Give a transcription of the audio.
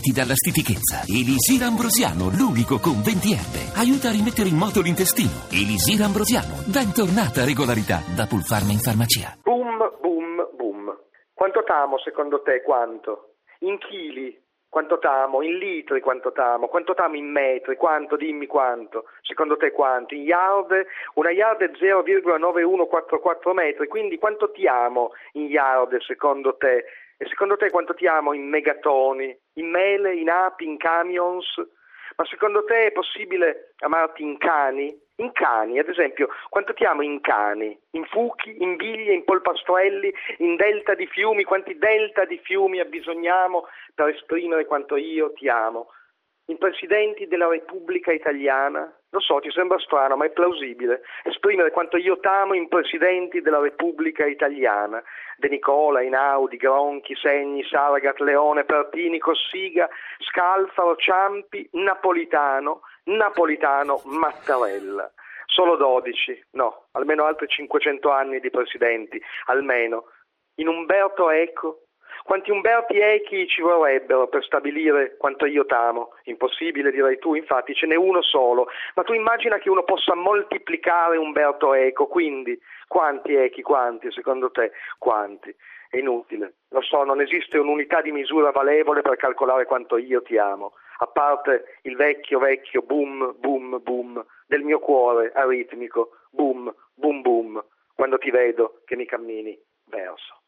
liberarti dalla stitichezza. Elisir Ambrosiano, l'unico con 20 erbe. Aiuta a rimettere in moto l'intestino. Elisir Ambrosiano, bentornata regolarità da Pulpharma in farmacia. Boom, boom, boom. Quanto t'amo secondo te? Quanto? In chili? Quanto t'amo? In litri quanto t'amo? Quanto t'amo in metri? Quanto? Dimmi quanto. Secondo te quanto? In yard? Una yard è 0,9144 metri, quindi quanto ti amo in yard secondo te? E secondo te quanto ti amo in megatoni? In mele? In api? In camions? Ma secondo te è possibile amarti in cani? In cani, ad esempio, quanto ti amo in cani? In fuchi, in biglie, in polpastrelli, in delta di fiumi? Quanti delta di fiumi abbisogniamo per esprimere quanto io ti amo? In presidenti della Repubblica Italiana? Lo so, ti sembra strano, ma è plausibile. Esprimere quanto io t'amo in presidenti della Repubblica Italiana. De Nicola, Einaudi, Gronchi, Segni, Saragat, Leone, Pertini, Cossiga, Scalfaro, Ciampi, Napolitano, Mattarella. Solo 12, no, almeno altri 500 anni di presidenti, almeno. In Umberto Eco? Quanti Umberti Echi ci vorrebbero per stabilire quanto io t'amo? Impossibile, direi tu, infatti ce n'è uno solo. Ma tu immagina che uno possa moltiplicare Umberto Eco, quindi quanti Echi, quanti, secondo te, quanti? È inutile, lo so, non esiste un'unità di misura valevole per calcolare quanto io ti amo, a parte il vecchio boom, boom, boom del mio cuore aritmico, boom, boom, boom, quando ti vedo che mi cammini verso.